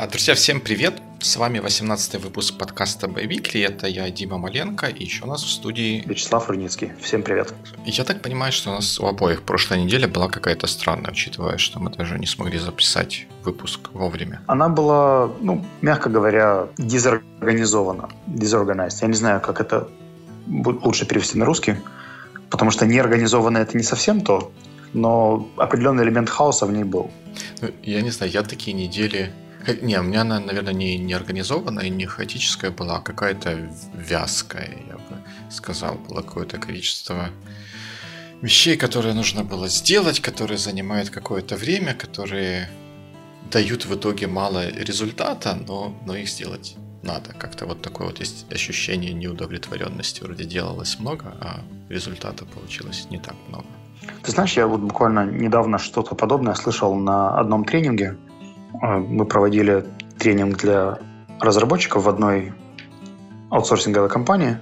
Друзья, всем привет! С вами 18-й выпуск подкаста Biweekly. Это я, Дима Маленко, и еще у нас в студии... Вячеслав Рудницкий. Всем привет. Я так понимаю, что у нас у обоих прошлая неделя была какая-то странная, учитывая, что мы даже не смогли записать выпуск вовремя. Она была, мягко говоря, дезорганизована. Disorganized. Я не знаю, как это лучше перевести на русский, потому что неорганизованно это не совсем то, но определенный элемент хаоса в ней был. Я не знаю, я такие недели... Не, у меня она, наверное, не организованная, не хаотическая была, а какая-то вязкая, я бы сказал. Было какое-то количество вещей, которые нужно было сделать, которые занимают какое-то время, которые дают в итоге мало результата, но их сделать надо. Как-то вот такое вот есть ощущение неудовлетворенности. Вроде делалось много, а результата получилось не так много. Ты знаешь, я вот буквально недавно что-то подобное слышал на одном тренинге. Мы проводили тренинг для разработчиков в одной аутсорсинговой компании.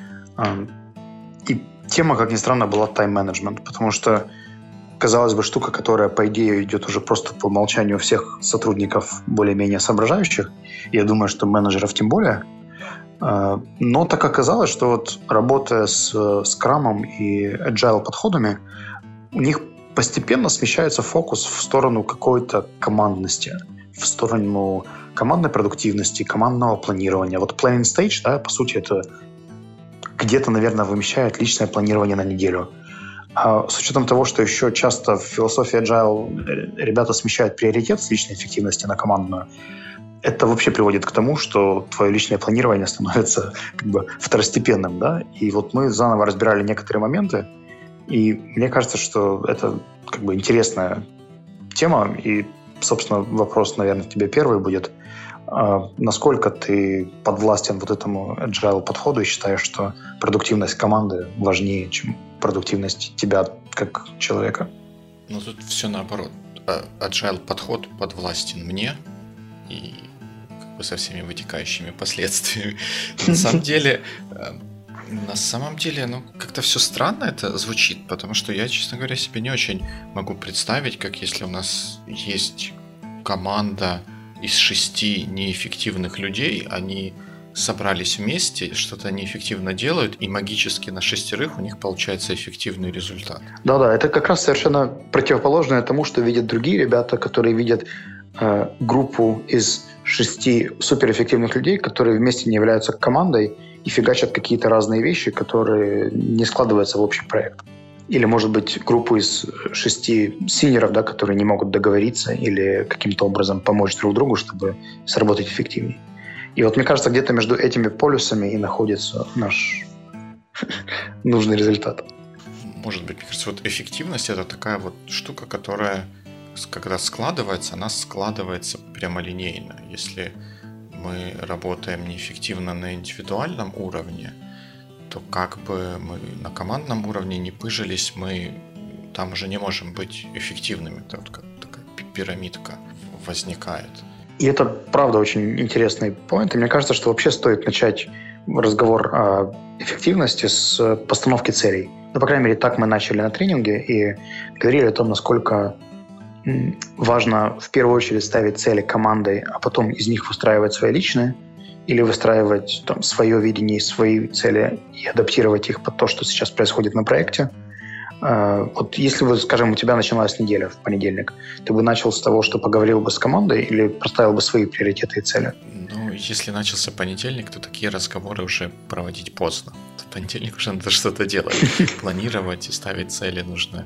И тема, как ни странно, была тайм-менеджмент, потому что, казалось бы, штука, которая, по идее, идет уже просто по умолчанию всех сотрудников более-менее соображающих. Я думаю, что менеджеров тем более. Но так оказалось, что вот работая с скрамом и agile подходами, у них постепенно смещается фокус в сторону какой-то командности, в сторону командной продуктивности, командного планирования. Вот planning stage, да, по сути, это где-то, наверное, вымещает личное планирование на неделю. А с учетом того, что еще часто в философии agile ребята смещают приоритет с личной эффективности на командную, это вообще приводит к тому, что твое личное планирование становится как бы второстепенным, да. И вот мы заново разбирали некоторые моменты, и мне кажется, что это как бы интересная тема. И, собственно, вопрос, наверное, тебе первый будет. Насколько ты подвластен вот этому agile подходу и считаешь, что продуктивность команды важнее, чем продуктивность тебя как человека? Ну, тут все наоборот. Agile подход подвластен мне и как бы со всеми вытекающими последствиями. На самом деле, как-то все странно это звучит, потому что я, честно говоря, себе не очень могу представить, как если у нас есть команда из 6 неэффективных людей, они собрались вместе, что-то неэффективно делают, и магически на 6 у них получается эффективный результат. Да-да, это как раз совершенно противоположное тому, что видят другие ребята, которые видят группу из 6 суперэффективных людей, которые вместе не являются командой, и фигачат какие-то разные вещи, которые не складываются в общий проект. Или, может быть, группу из 6 синеров, да, которые не могут договориться или каким-то образом помочь друг другу, чтобы сработать эффективнее. И вот мне кажется, где-то между этими полюсами и находится наш нужный результат. Может быть, мне кажется, вот эффективность — это такая вот штука, которая, когда складывается, она складывается прямолинейно. Если мы работаем неэффективно на индивидуальном уровне, то как бы мы на командном уровне не пыжились, мы там уже не можем быть эффективными. Это вот как такая пирамидка возникает. И это, правда, очень интересный поинт. И мне кажется, что вообще стоит начать разговор о эффективности с постановки целей. Ну, по крайней мере, так мы начали на тренинге и говорили о том, насколько важно в первую очередь ставить цели командой, а потом из них выстраивать свои личные или выстраивать там свое видение, свои цели и адаптировать их под то, что сейчас происходит на проекте. Вот если бы, скажем, у тебя началась неделя в понедельник, ты бы начал с того, что поговорил бы с командой или проставил бы свои приоритеты и цели? Ну, если начался понедельник, то такие разговоры уже проводить поздно. В понедельник уже надо что-то делать. Планировать и ставить цели нужно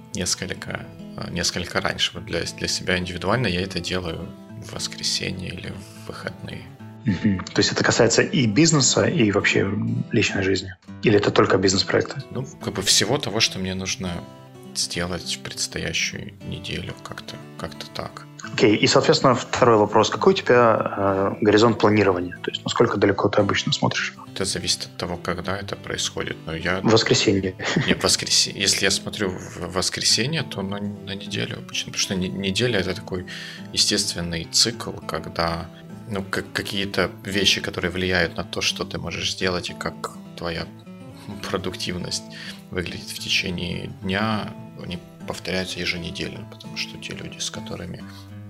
несколько раньше. Вот для себя индивидуально я это делаю в воскресенье или в выходные. То есть это касается и бизнеса, и вообще личной жизни? Или это только бизнес-проекты? Ну, как бы всего того, что мне нужно сделать в предстоящую неделю, как-то так. Окей, и, соответственно, второй вопрос. Какой у тебя горизонт планирования? То есть насколько далеко ты обычно смотришь? Это зависит от того, когда это происходит. Но В воскресенье. Не, в воскресенье. Если я смотрю в воскресенье, то на неделю обычно. Потому что неделя — это такой естественный цикл, когда какие-то вещи, которые влияют на то, что ты можешь сделать, и как твоя продуктивность выглядит в течение дня, они повторяются еженедельно, потому что те люди, с которыми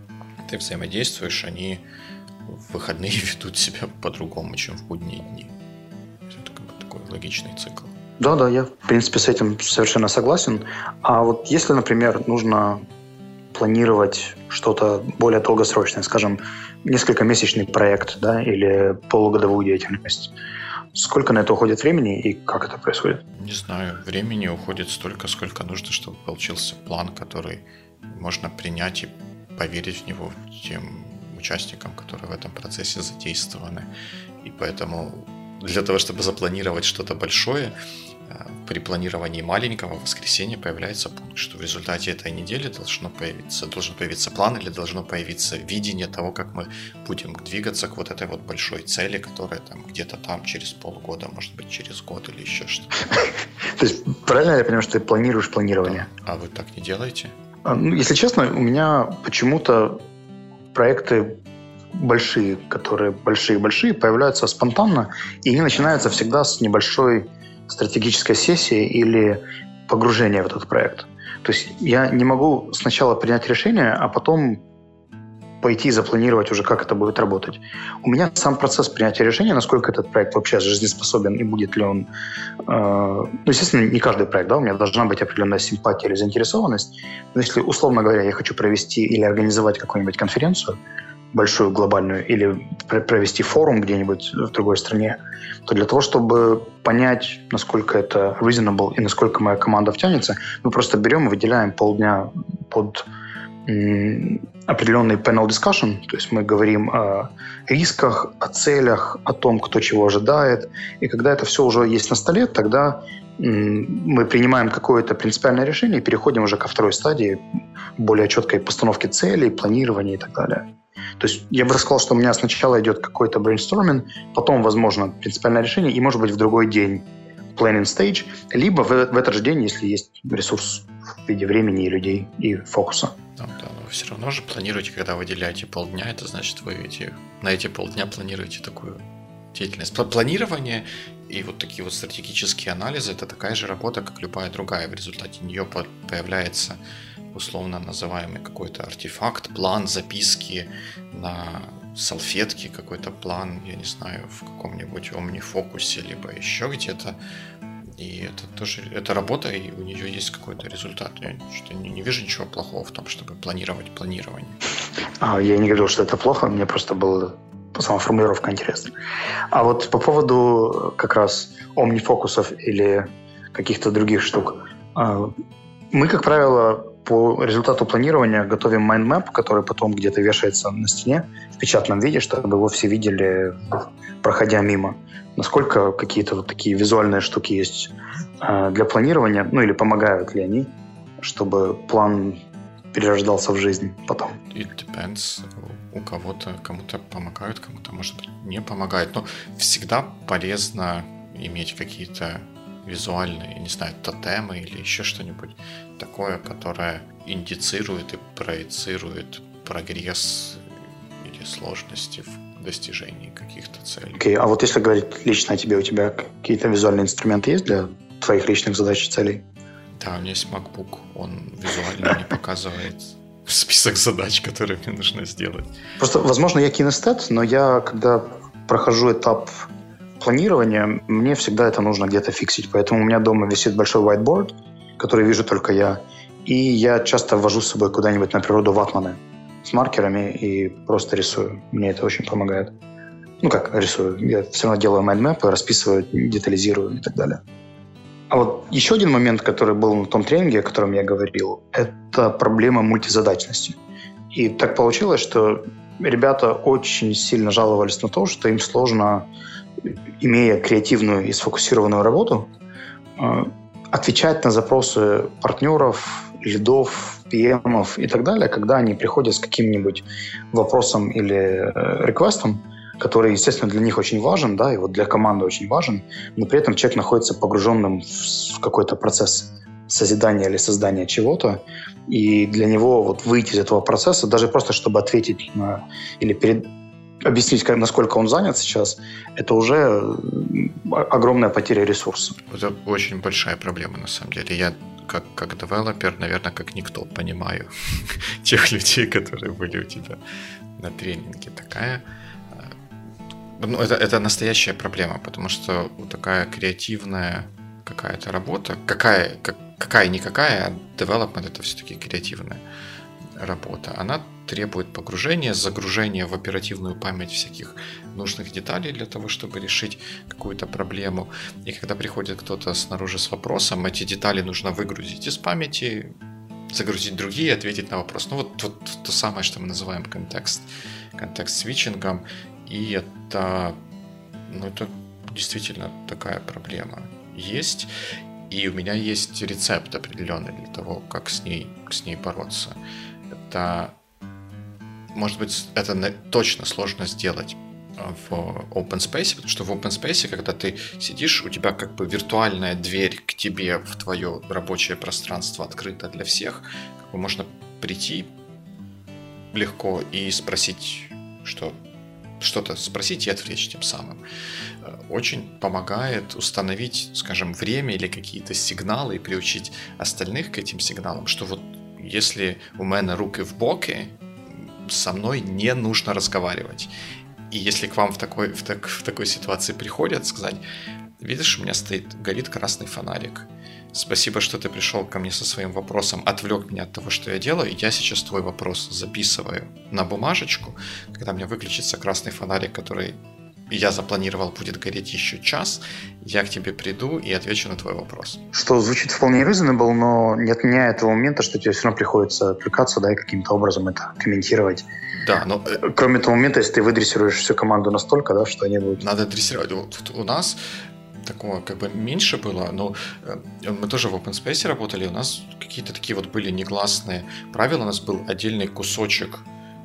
ты взаимодействуешь, они в выходные ведут себя по-другому, чем в будние дни. Это как бы такой логичный цикл. Да, я, в принципе, с этим совершенно согласен. А вот если, например, нужно планировать что-то более долгосрочное, скажем, несколькомесячный проект, да, или полугодовую деятельность, сколько на это уходит времени и как это происходит? Не знаю, времени уходит столько, сколько нужно, чтобы получился план, который можно принять и поверить в него тем участникам, которые в этом процессе задействованы. И поэтому для того, чтобы запланировать что-то большое, при планировании маленького в воскресенье появляется пункт, что в результате этой недели должен появиться план или должно появиться видение того, как мы будем двигаться к вот этой вот большой цели, которая там где-то там через полгода, может быть, через год или еще что-то. То есть правильно я понимаю, что ты планируешь планирование? Да. А вы так не делаете? Если честно, у меня почему-то проекты большие, которые большие-большие, появляются спонтанно, и они начинаются всегда с небольшой стратегической сессии или погружения в этот проект. То есть я не могу сначала принять решение, а потом пойти и запланировать уже, как это будет работать. У меня сам процесс принятия решения, насколько этот проект вообще жизнеспособен и будет ли он... естественно, не каждый проект, да, у меня должна быть определенная симпатия или заинтересованность. Но если, условно говоря, я хочу провести или организовать какую-нибудь конференцию, большую, глобальную, или провести форум где-нибудь в другой стране, то для того, чтобы понять, насколько это reasonable и насколько моя команда втянется, мы просто берем и выделяем полдня под определенный panel discussion, то есть мы говорим о рисках, о целях, о том, кто чего ожидает, и когда это все уже есть на столе, тогда мы принимаем какое-то принципиальное решение и переходим уже ко второй стадии более четкой постановки целей, планирования и так далее. То есть я бы сказал, что у меня сначала идет какой-то brainstorming, потом, возможно, принципиальное решение, и, может быть, в другой день planning stage, либо в этот же день, если есть ресурс в виде времени и людей, и фокуса. Да, но вы все равно же планируете, когда выделяете полдня, это значит, вы на эти полдня планируете такую деятельность. Планирование и вот такие вот стратегические анализы – это такая же работа, как любая другая. В результате нее появляется условно называемый какой-то артефакт, план, записки на салфетке, какой-то план, я не знаю, в каком-нибудь омнифокусе, либо еще где-то. И это тоже, это работа, и у нее есть какой-то результат. Я не вижу ничего плохого в том, чтобы планировать планирование. Я не говорил, что это плохо, мне просто была сама формулировка интересна. А вот по поводу как раз омнифокусов или каких-то других штук. Мы, как правило, по результату планирования готовим майндмэп, который потом где-то вешается на стене в печатном виде, чтобы его все видели, проходя мимо. Насколько какие-то вот такие визуальные штуки есть для планирования, или помогают ли они, чтобы план перерождался в жизнь потом? It depends. У кому-то помогают, кому-то, может быть, не помогают. Но всегда полезно иметь какие-то визуальные, не знаю, тотемы или еще что-нибудь такое, которое индицирует и проецирует прогресс или сложности в достижении каких-то целей. Окей, а вот если говорить лично о тебе, у тебя какие-то визуальные инструменты есть для твоих личных задач и целей? Да, у меня есть MacBook, он визуально мне показывает список задач, которые мне нужно сделать. Просто, возможно, я кинестет, но я, когда прохожу этап планирования, мне всегда это нужно где-то фиксить. Поэтому у меня дома висит большой whiteboard, который вижу только я. И я часто ввожу с собой куда-нибудь на природу ватманы с маркерами и просто рисую. Мне это очень помогает. Рисую. Я все равно делаю майндмэпы, расписываю, детализирую и так далее. А вот еще один момент, который был на том тренинге, о котором я говорил, это проблема мультизадачности. И так получилось, что ребята очень сильно жаловались на то, что им сложно, имея креативную и сфокусированную работу, отвечать на запросы партнеров, лидов, PM-ов и так далее, когда они приходят с каким-нибудь вопросом или реквестом, который, естественно, для них очень важен, да, и вот для команды очень важен, но при этом человек находится погруженным в какой-то процесс созидания или создания чего-то, и для него вот выйти из этого процесса, даже просто чтобы ответить или объяснить, насколько он занят сейчас, это уже огромная потеря ресурса. Это очень большая проблема, на самом деле. Я как девелопер, наверное, как никто понимаю тех людей, которые были у тебя на тренинге. Такая... Ну, это настоящая проблема, потому что такая креативная какая-то работа, какая-никакая, а development — это все-таки креативная работа. Она требует погружения, загружения в оперативную память всяких нужных деталей для того, чтобы решить какую-то проблему. И когда приходит кто-то снаружи с вопросом, эти детали нужно выгрузить из памяти, загрузить другие, ответить на вопрос. Ну вот то самое, что мы называем контекст-свитчингом. И это действительно такая проблема есть. И у меня есть рецепт определенный для того, как с ней бороться. Это, может быть, это точно сложно сделать в open space, потому что в open space, когда ты сидишь, у тебя как бы виртуальная дверь к тебе в твое рабочее пространство открыта для всех, как бы можно прийти легко и спросить, что-то спросить и отвлечь тем самым. Очень помогает установить, скажем, время или какие-то сигналы и приучить остальных к этим сигналам, что вот если у меня руки в боки, со мной не нужно разговаривать. И если к вам в такой ситуации приходят, сказать: видишь, у меня горит красный фонарик. Спасибо, что ты пришел ко мне со своим вопросом, отвлек меня от того, что я делаю, и я сейчас твой вопрос записываю на бумажечку. Когда у меня выключится красный фонарик, который я запланировал будет гореть еще час, я к тебе приду и отвечу на твой вопрос. Что звучит вполне reasonable, но не отменяет того момента, что тебе все равно приходится отвлекаться, да, и каким-то образом это комментировать. Да, но... Кроме того момента, если ты выдрессируешь всю команду настолько, да, что они будут... Надо дрессировать. Вот у нас такого как бы меньше было, но мы тоже в open space работали, у нас какие-то такие вот были негласные правила, у нас был отдельный кусочек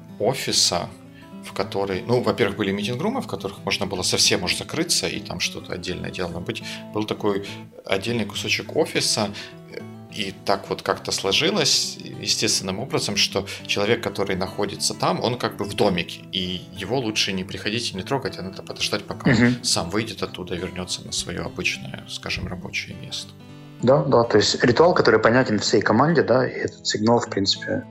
офиса, в который, ну, во-первых, были митинг-румы, в которых можно было совсем уж закрыться и там что-то отдельное делать. Но был такой отдельный кусочек офиса, и так вот как-то сложилось естественным образом, что человек, который находится там, он как бы в домике, и его лучше не приходить и не трогать, а надо подождать, пока он сам выйдет оттуда и вернется на свое обычное, скажем, рабочее место. Да, то есть ритуал, который понятен всей команде, да, и этот сигнал, в принципе,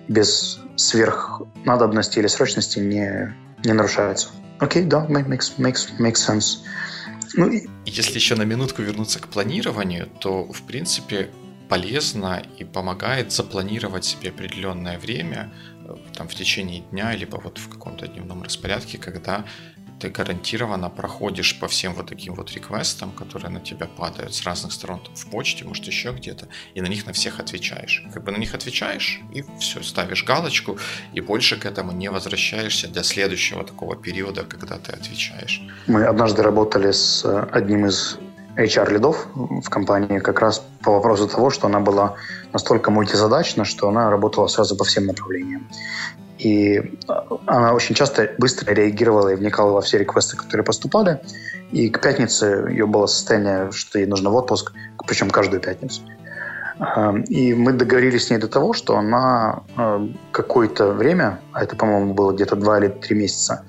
без сверхнадобности или срочности не нарушается. Окей, да, makes sense. Ну, если еще на минутку вернуться к планированию, то, в принципе, полезно и помогает запланировать себе определенное время там, в течение дня, либо вот в каком-то дневном распорядке, когда ты гарантированно проходишь по всем вот таким вот реквестам, которые на тебя падают с разных сторон, в почте, может, еще где-то, и на них на всех отвечаешь. Как бы на них отвечаешь, и все, ставишь галочку, и больше к этому не возвращаешься для следующего такого периода, когда ты отвечаешь. Мы однажды работали с одним из HR-лидов в компании как раз по вопросу того, что она была настолько мультизадачна, что она работала сразу по всем направлениям. И она очень часто быстро реагировала и вникала во все реквесты, которые поступали. И к пятнице ее было состояние, что ей нужно в отпуск, причем каждую пятницу. И мы договорились с ней до того, что она какое-то время, а это, по-моему, было где-то 2 или 3 месяца,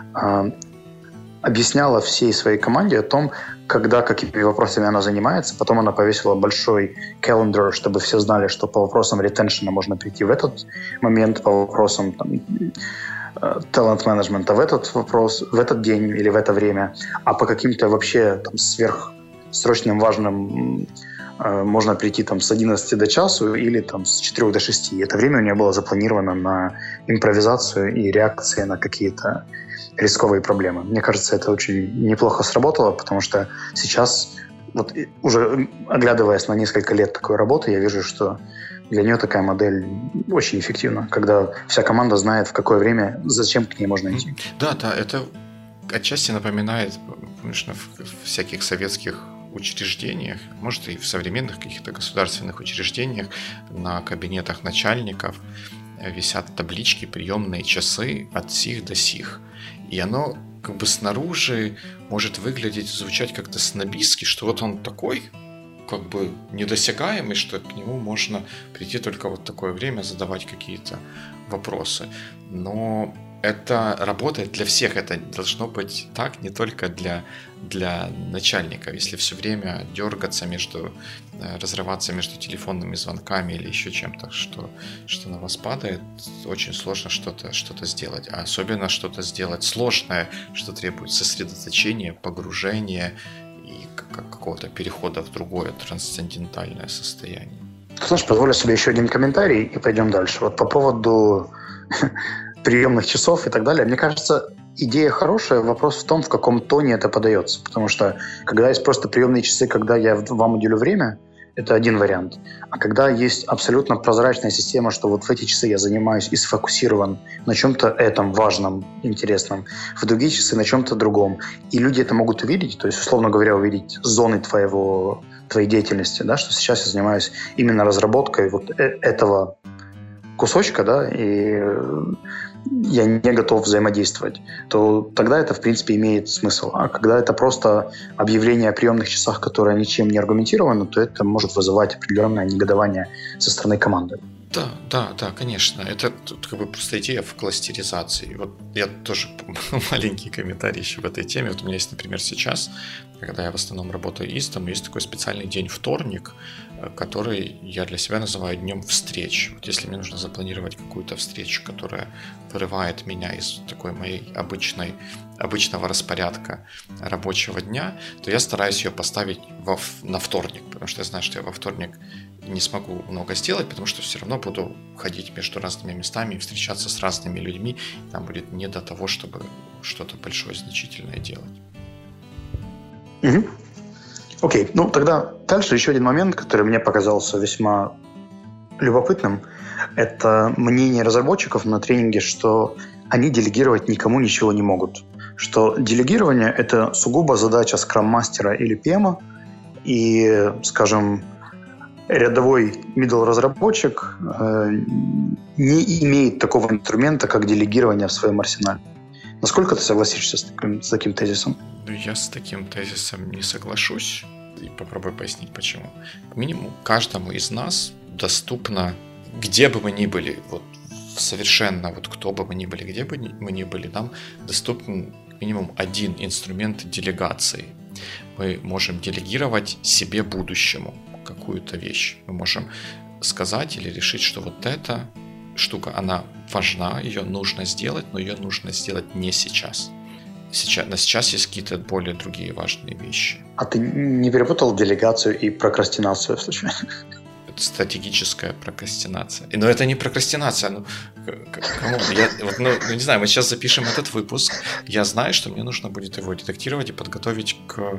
объясняла всей своей команде о том, когда, какими вопросами она занимается. Потом она повесила большой календар, чтобы все знали, что по вопросам ретеншена можно прийти в этот момент, по вопросам талант-менеджмента в этот день или в это время, а по каким-то вообще там, сверхсрочным, важным можно прийти там, с 11 до часу или там, с 4 до 6. И это время у нее было запланировано на импровизацию и реакции на какие-то рисковые проблемы. Мне кажется, это очень неплохо сработало, потому что сейчас, вот уже оглядываясь на несколько лет такой работы, я вижу, что для нее такая модель очень эффективна, когда вся команда знает, в какое время, зачем к ней можно идти. Да, это отчасти напоминает, конечно, в всяких советских учреждениях, может и в современных каких-то государственных учреждениях на кабинетах начальников висят таблички, приемные часы от сих до сих. И оно как бы снаружи может выглядеть, звучать как-то снобистски, что вот он такой, как бы недосягаемый, что к нему можно прийти только вот такое время, задавать какие-то вопросы. Но это работает для всех, это должно быть так, не только для начальников. Если все время дергаться разрываться между телефонными звонками или еще чем-то, что на вас падает, очень сложно что-то сделать. А особенно что-то сделать сложное, что требует сосредоточения, погружения и какого-то перехода в другое трансцендентальное состояние. Знаешь, позволю себе еще один комментарий и пойдем дальше. Вот по поводу приемных часов и так далее. Мне кажется, идея хорошая. Вопрос в том, в каком тоне это подается. Потому что когда есть просто приемные часы, когда я вам уделю время, это один вариант. А когда есть абсолютно прозрачная система, что вот в эти часы я занимаюсь и сфокусирован на чем-то этом важном, интересном, в другие часы на чем-то другом. И люди это могут увидеть, то есть, условно говоря, увидеть зоны твоей деятельности, да, что сейчас я занимаюсь именно разработкой вот этого кусочка, да, и я не готов взаимодействовать, то тогда это, в принципе, имеет смысл. А когда это просто объявление о приемных часах, которое ничем не аргументировано, то это может вызывать определенное негодование со стороны команды. Да, конечно. Это тут как бы просто идея в кластеризации. Вот я тоже маленький комментарий еще в этой теме. Вот у меня есть, например, сейчас, когда я в основном работаю истом, есть такой специальный день вторник, который я для себя называю днем встреч. Вот если мне нужно запланировать какую-то встречу, которая вырывает меня из такой моей обычного распорядка рабочего дня, то я стараюсь ее поставить на вторник, потому что я знаю, что я во вторник не смогу много сделать, потому что все равно буду ходить между разными местами и встречаться с разными людьми. Там будет не до того, чтобы что-то большое, значительное делать. Угу. Окей, ну тогда дальше еще один момент, который мне показался весьма любопытным. Это мнение разработчиков на тренинге, что они делегировать никому ничего не могут. Что делегирование – это сугубо задача скрам-мастера или PM, и, скажем, рядовой middle-разработчик не имеет такого инструмента, как делегирование в своем арсенале. Насколько ты согласишься с таким тезисом? Я с таким тезисом не соглашусь. И попробую пояснить, почему. Минимум каждому из нас доступно, где бы мы ни были, вот совершенно, вот кто бы мы ни были, где бы мы ни были, нам доступен минимум один инструмент делегации. Мы можем делегировать себе будущему какую-то вещь. Мы можем сказать или решить, что вот эта штука, она важна, ее нужно сделать, но ее нужно сделать не сейчас. Сейчас есть какие-то более другие важные вещи. А ты не перепутал делегацию и прокрастинацию случайно? Это стратегическая прокрастинация. Но это не прокрастинация. Не знаю, мы сейчас запишем этот выпуск. Я знаю, что мне нужно будет его редактировать и подготовить к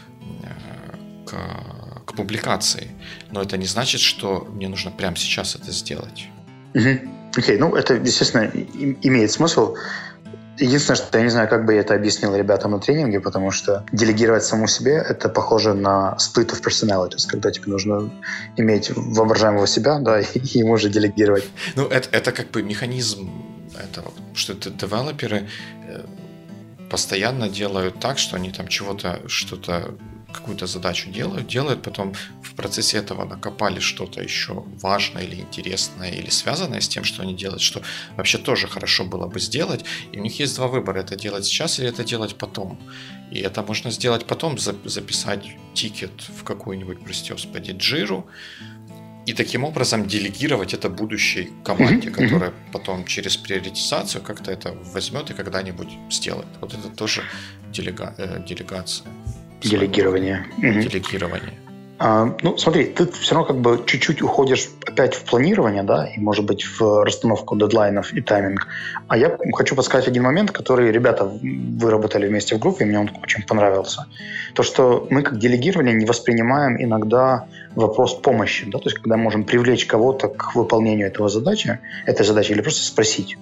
публикации. Но это не значит, что мне нужно прямо сейчас это сделать. Окей, ну это, естественно, имеет смысл. Единственное, что я не знаю, как бы я это объяснил ребятам на тренинге, потому что делегировать саму себе — это похоже на split of personalities, когда тебе нужно иметь воображаемого себя, да, и ему же делегировать. Ну, это как бы механизм этого, что девелоперы постоянно делают так, что они там какую-то задачу делают, потом в процессе этого накопали что-то еще важное или интересное, или связанное с тем, что они делают, что вообще тоже хорошо было бы сделать. И у них есть два выбора: это делать сейчас или это делать потом. И это можно сделать потом, записать тикет в какую-нибудь, прости господи, джиру, и таким образом делегировать это будущей команде, которая потом через приоритизацию как-то это возьмет и когда-нибудь сделает. Вот это тоже делегация. Делегирование. Делегирование. Ну, смотри, ты все равно как бы чуть-чуть уходишь опять в планирование, да, и, может быть, в расстановку дедлайнов и тайминг. А я хочу подсказать один момент, который ребята выработали вместе в группе, и мне он очень понравился. То, что мы как делегирование не воспринимаем иногда вопрос помощи, да, то есть когда можем привлечь кого-то к выполнению этой задачи или просто спросить.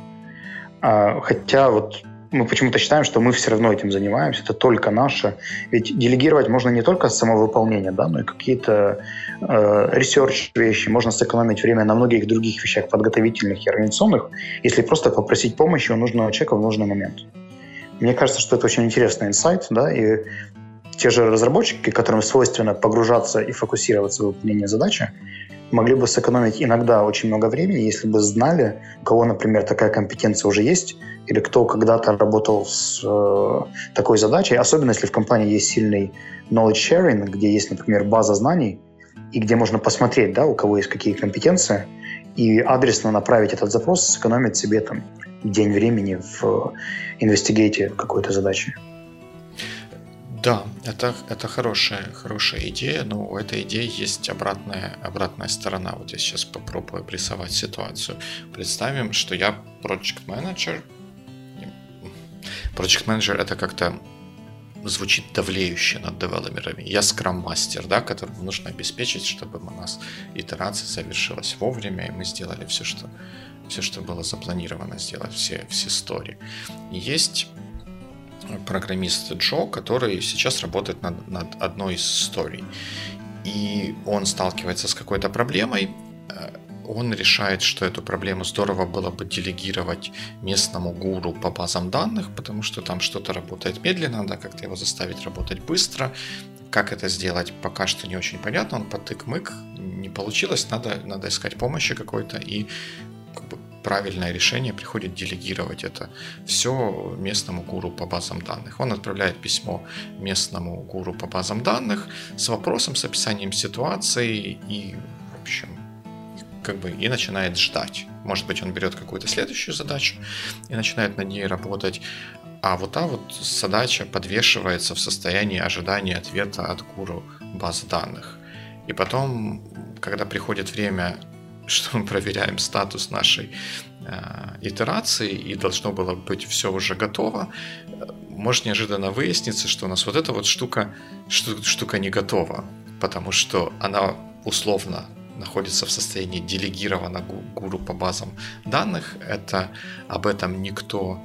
Хотя вот мы почему-то считаем, что мы все равно этим занимаемся, это только наше. Ведь делегировать можно не только самовыполнение, да, но и какие-то research вещи. Можно сэкономить время на многих других вещах, подготовительных и организационных, если просто попросить помощи у нужного человека в нужный момент. Мне кажется, что это очень интересный инсайт, да, и те же разработчики, которым свойственно погружаться и фокусироваться в выполнение задачи, могли бы сэкономить иногда очень много времени, если бы знали, у кого, например, такая компетенция уже есть, или кто когда-то работал с такой задачей, особенно если в компании есть сильный knowledge sharing, где есть, например, база знаний, и где можно посмотреть, да, у кого есть какие компетенции, и адресно направить этот запрос, сэкономить себе там день времени в инвестигейте какой-то задачи. Да, это хорошая идея, но у этой идеи есть обратная сторона. Вот я сейчас попробую обрисовать ситуацию. Представим, что я project manager. Project manager это как-то звучит давлеюще над девелоперами. Я скрам-мастер, да, которому нужно обеспечить, чтобы у нас итерация завершилась вовремя, и мы сделали все, что было запланировано сделать, все стори. Есть программист Джо, который сейчас работает над одной из историй. И он сталкивается с какой-то проблемой. Он решает, что эту проблему здорово было бы делегировать местному гуру по базам данных, потому что там что-то работает медленно, надо как-то его заставить работать быстро. Как это сделать, пока что не очень понятно. Он потык-мык, не получилось, надо искать помощи какой-то, и правильное решение приходит делегировать это все местному гуру по базам данных. Он отправляет письмо местному гуру по базам данных с вопросом, с описанием ситуации и, в общем, и начинает ждать. Может быть, он берет какую-то следующую задачу и начинает над ней работать, а вот та задача подвешивается в состоянии ожидания ответа от гуру баз данных. И потом, когда приходит время, что мы проверяем статус нашей итерации, и должно было быть все уже готово, может неожиданно выясниться, что у нас вот эта штука не готова, потому что она условно находится в состоянии делегирована гуру по базам данных. Об этом никто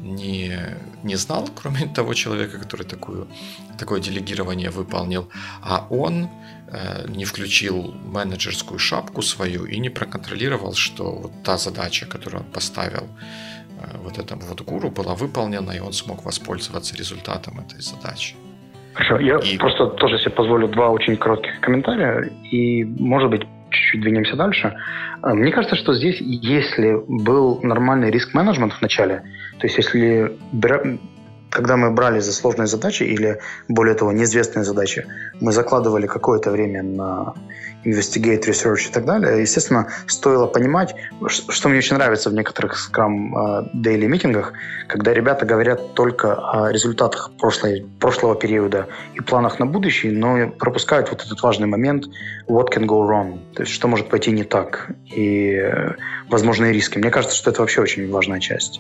не знал, кроме того человека, который такое делегирование выполнил, а он не включил менеджерскую шапку свою и не проконтролировал, что вот та задача, которую он поставил вот этому гуру, была выполнена, и он смог воспользоваться результатом этой задачи. Хорошо, я просто тоже себе позволю 2 очень коротких комментария, и, может быть, чуть-чуть двинемся дальше. Мне кажется, что здесь, если был нормальный риск-менеджмент в начале, то есть если когда мы брали за сложные задачи или, более того, неизвестные задачи, мы закладывали какое-то время на investigate, research и так далее, естественно, стоило понимать, что мне очень нравится в некоторых Scrum Daily митингах, когда ребята говорят только о результатах прошлого периода и планах на будущее, но пропускают вот этот важный момент what can go wrong, то есть что может пойти не так и возможные риски. Мне кажется, что это вообще очень важная часть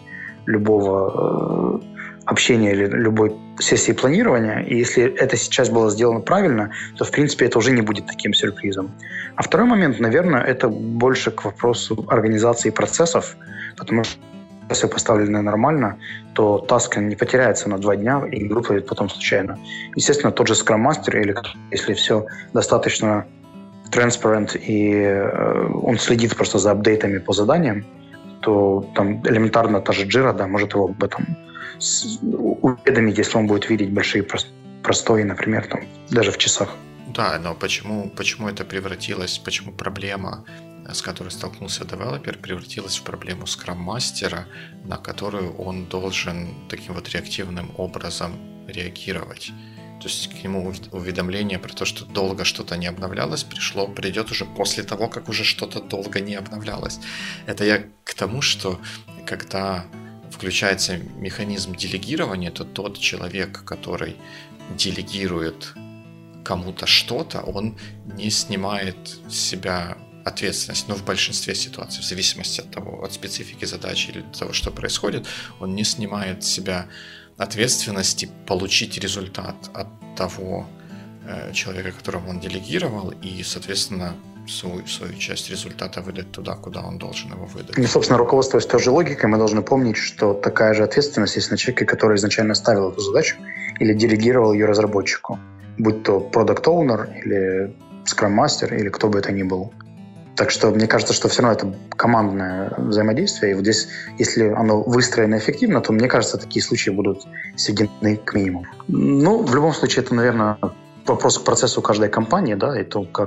любого общения или любой сессии планирования. И если это сейчас было сделано правильно, то, в принципе, это уже не будет таким сюрпризом. А второй момент, наверное, это больше к вопросу организации процессов, потому что если все поставлено нормально, то таск не потеряется на 2 дня и не выплывет потом случайно. Естественно, тот же Scrum Master, или если все достаточно transparent и он следит просто за апдейтами по заданиям, то там элементарно та же Jira, да, может его об этом уведомить, если он будет видеть большие простои, например, там, даже в часах. Да, но почему это превратилось, почему проблема, с которой столкнулся девелопер, превратилась в проблему скрам-мастера, на которую он должен таким реактивным образом реагировать. То есть к нему уведомление про то, что долго что-то не обновлялось, придет уже после того, как уже что-то долго не обновлялось. Это я к тому, что когда включается механизм делегирования, то тот человек, который делегирует кому-то что-то, он не снимает с себя ответственность, в большинстве ситуаций, в зависимости от специфики задачи или того, что происходит, он не снимает с себя ответственности получить результат от того человека, которого он делегировал, и, соответственно, свою часть результата выдать туда, куда он должен его выдать. Собственно, руководствуясь той же логикой, мы должны помнить, что такая же ответственность есть на человеке, который изначально ставил эту задачу или делегировал ее разработчику, будь то Product Owner или Scrum Master или кто бы это ни был. Так что мне кажется, что все равно это командное взаимодействие, и вот здесь, если оно выстроено эффективно, то, мне кажется, такие случаи будут сведены к минимуму. В любом случае, это, наверное, вопрос к процессу каждой компании, да, и то, как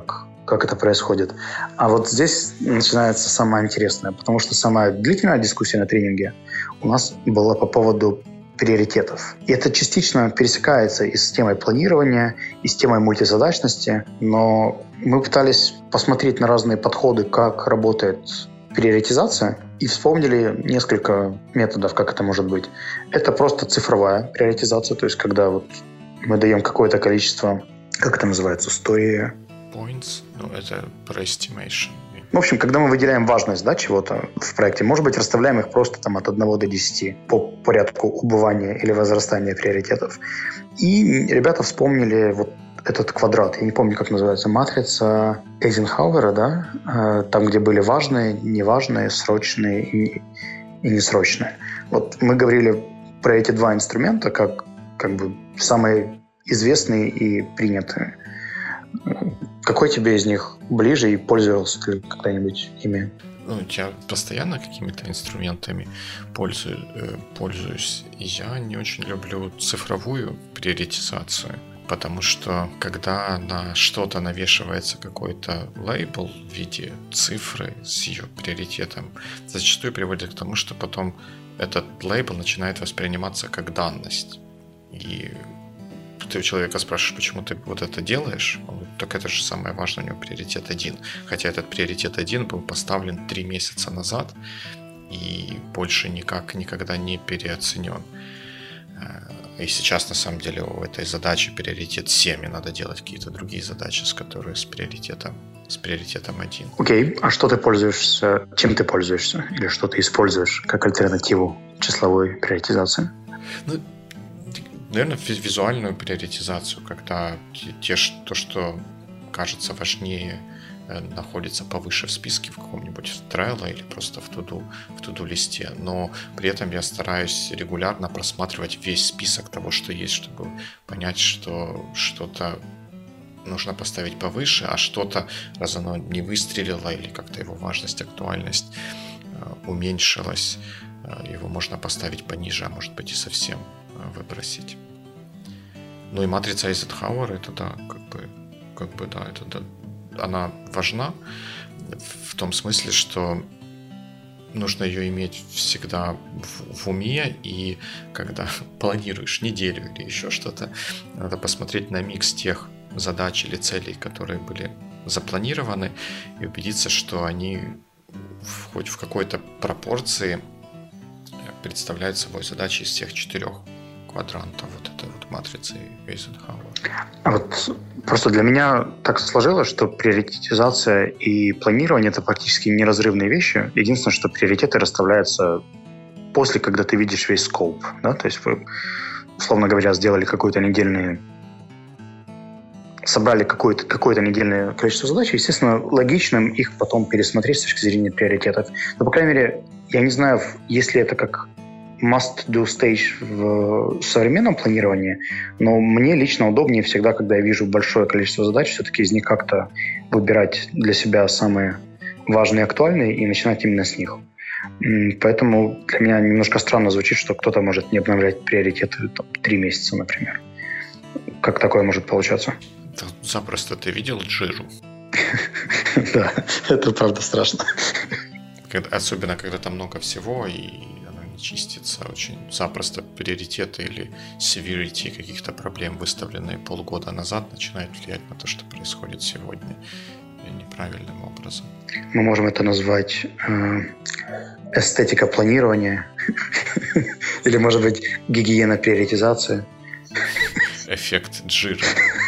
как это происходит. А вот здесь начинается самое интересное, потому что самая длительная дискуссия на тренинге у нас была по поводу приоритетов. И это частично пересекается и с темой планирования, и с темой мультизадачности, но мы пытались посмотреть на разные подходы, как работает приоритизация, и вспомнили несколько методов, как это может быть. Это просто цифровая приоритизация, то есть когда вот мы даем какое-то количество, как это называется, story points, это про estimation. В общем, когда мы выделяем важность чего-то в проекте, может быть, расставляем их просто там от 1 до 10 по порядку убывания или возрастания приоритетов. И ребята вспомнили вот этот квадрат. Я не помню, как называется, матрица Эйзенхауэра, да? Там, где были важные, неважные, срочные и несрочные. Вот мы говорили про эти два инструмента как бы самые известные и принятые. Какой тебе из них ближе и пользовался ты когда-нибудь ими? Я постоянно какими-то инструментами пользуюсь. Я не очень люблю цифровую приоритизацию, потому что когда на что-то навешивается какой-то лейбл в виде цифры с ее приоритетом, зачастую приводит к тому, что потом этот лейбл начинает восприниматься как данность. И ты у человека спрашиваешь, почему ты вот это делаешь, так это же самое важное, у него приоритет 1. Хотя этот приоритет 1 был поставлен 3 месяца назад и больше никогда не переоценен. И сейчас, на самом деле, у этой задачи приоритет 7, и надо делать какие-то другие задачи, с приоритетом 1. Окей, а что ты пользуешься, чем ты пользуешься? Или что ты используешь как альтернативу числовой приоритизации? Наверное, визуальную приоритизацию, когда то, что кажется важнее, находится повыше в списке в каком-нибудь Trello или просто в to-do листе. Но при этом я стараюсь регулярно просматривать весь список того, что есть, чтобы понять, что что-то нужно поставить повыше, а что-то, раз оно не выстрелило или как-то его важность, актуальность уменьшилась, его можно поставить пониже, а может быть и совсем выбросить. И матрица Эйзенхауэра, это она важна в том смысле, что нужно ее иметь всегда в уме, и когда планируешь неделю или еще что-то, надо посмотреть на микс тех задач или целей, которые были запланированы, и убедиться, что они хоть в какой-то пропорции представляют собой задачи из всех 4 квадрантов вот этой вот матрицы Эйзенхауэра. А вот просто для меня так сложилось, что приоритизация и планирование — это практически неразрывные вещи. Единственное, что приоритеты расставляются после, когда ты видишь весь скоуп. Да? То есть вы, условно говоря, сделали собрали какое-то недельное количество задач, и, естественно, логичным их потом пересмотреть с точки зрения приоритетов. Но, по крайней мере, я не знаю, если это как must-do stage в современном планировании, но мне лично удобнее всегда, когда я вижу большое количество задач, все-таки из них как-то выбирать для себя самые важные и актуальные и начинать именно с них. Поэтому для меня немножко странно звучит, что кто-то может не обновлять приоритеты 3 месяца, например. Как такое может получаться? Запросто ты видел Джиру? Да, это правда страшно. Особенно, когда там много всего, и оно не чистится. Очень запросто приоритеты или severity каких-то проблем, выставленные полгода назад, начинают влиять на то, что происходит сегодня неправильным образом. Мы можем это назвать эстетика планирования. Или, может быть, гигиена приоритизации. Эффект Джира.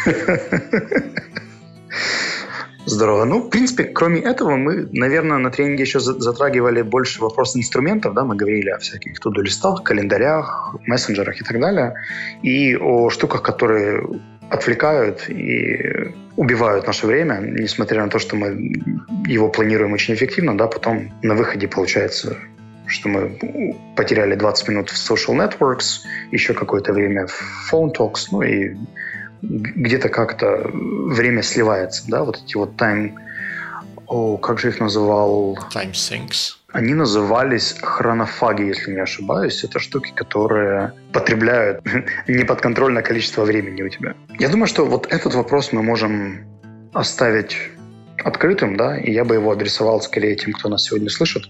Здорово. В принципе, кроме этого, мы, наверное, на тренинге еще затрагивали больше вопрос инструментов, да, мы говорили о всяких to-do-листах, календарях, мессенджерах и так далее, и о штуках, которые отвлекают и убивают наше время, несмотря на то, что мы его планируем очень эффективно, да, потом на выходе получается, что мы потеряли 20 минут в social networks, еще какое-то время в phone talks, и где-то как-то время сливается, да, вот эти вот как же их называл? Time sinks. Они назывались хронофаги, если не ошибаюсь. Это штуки, которые потребляют неподконтрольное количество времени у тебя. Я думаю, что вот этот вопрос мы можем оставить открытым, да, и я бы его адресовал скорее тем, кто нас сегодня слышит.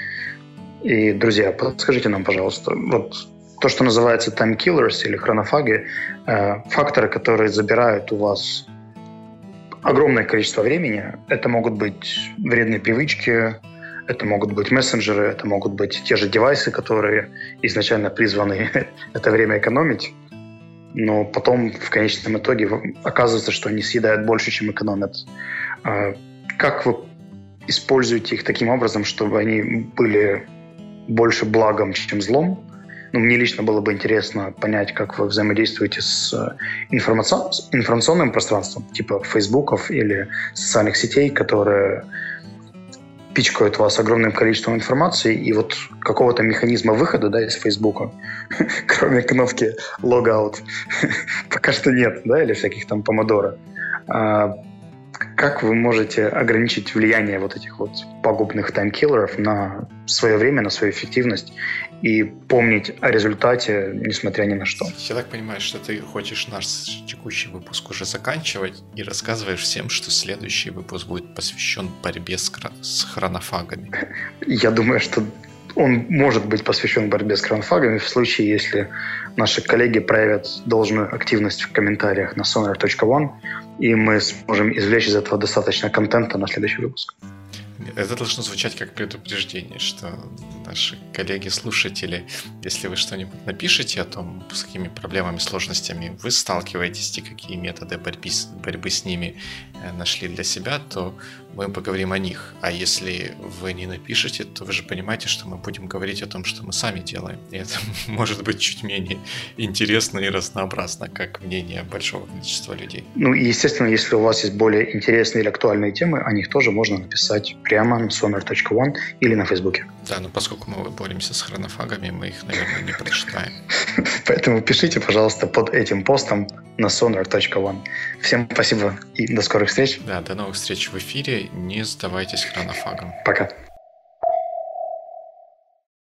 И, друзья, подскажите нам, пожалуйста, вот то, что называется time killers или хронофаги, факторы, которые забирают у вас огромное количество времени. Это могут быть вредные привычки, это могут быть мессенджеры, это могут быть те же девайсы, которые изначально призваны это время экономить, но потом в конечном итоге оказывается, что они съедают больше, чем экономят. Как вы используете их таким образом, чтобы они были больше благом, чем злом? Ну, мне лично было бы интересно понять, как вы взаимодействуете с информационным пространством, типа фейсбуков или социальных сетей, которые пичкают вас огромным количеством информации, и вот какого-то механизма выхода, да, из Фейсбука, кроме кнопки «Logout», пока что нет, да, или всяких там помодоро. Как вы можете ограничить влияние вот этих вот пагубных таймкиллеров на свое время, на свою эффективность и помнить о результате, несмотря ни на что? Я так понимаю, что ты хочешь наш текущий выпуск уже заканчивать и рассказываешь всем, что следующий выпуск будет посвящен борьбе с хронофагами. Я думаю, что он может быть посвящен борьбе с хронофагами в случае, если наши коллеги проявят должную активность в комментариях на sonar.one, и мы сможем извлечь из этого достаточно контента на следующий выпуск. Это должно звучать как предупреждение, что наши коллеги-слушатели, если вы что-нибудь напишете о том, с какими проблемами, сложностями вы сталкиваетесь и какие методы борьбы с ними нашли для себя, то мы поговорим о них. А если вы не напишете, то вы же понимаете, что мы будем говорить о том, что мы сами делаем. И это может быть чуть менее интересно и разнообразно, как мнение большого количества людей. Ну и, естественно, если у вас есть более интересные или актуальные темы, о них тоже можно написать прямо на sonar.one или на Фейсбуке. Да, но поскольку мы боремся с хронофагами, мы их, наверное, не прочитаем. Поэтому пишите, пожалуйста, под этим постом на sonar.one. Всем спасибо и до скорых встреч. Да, до новых встреч в эфире. Не сдавайтесь хронофагам. Пока.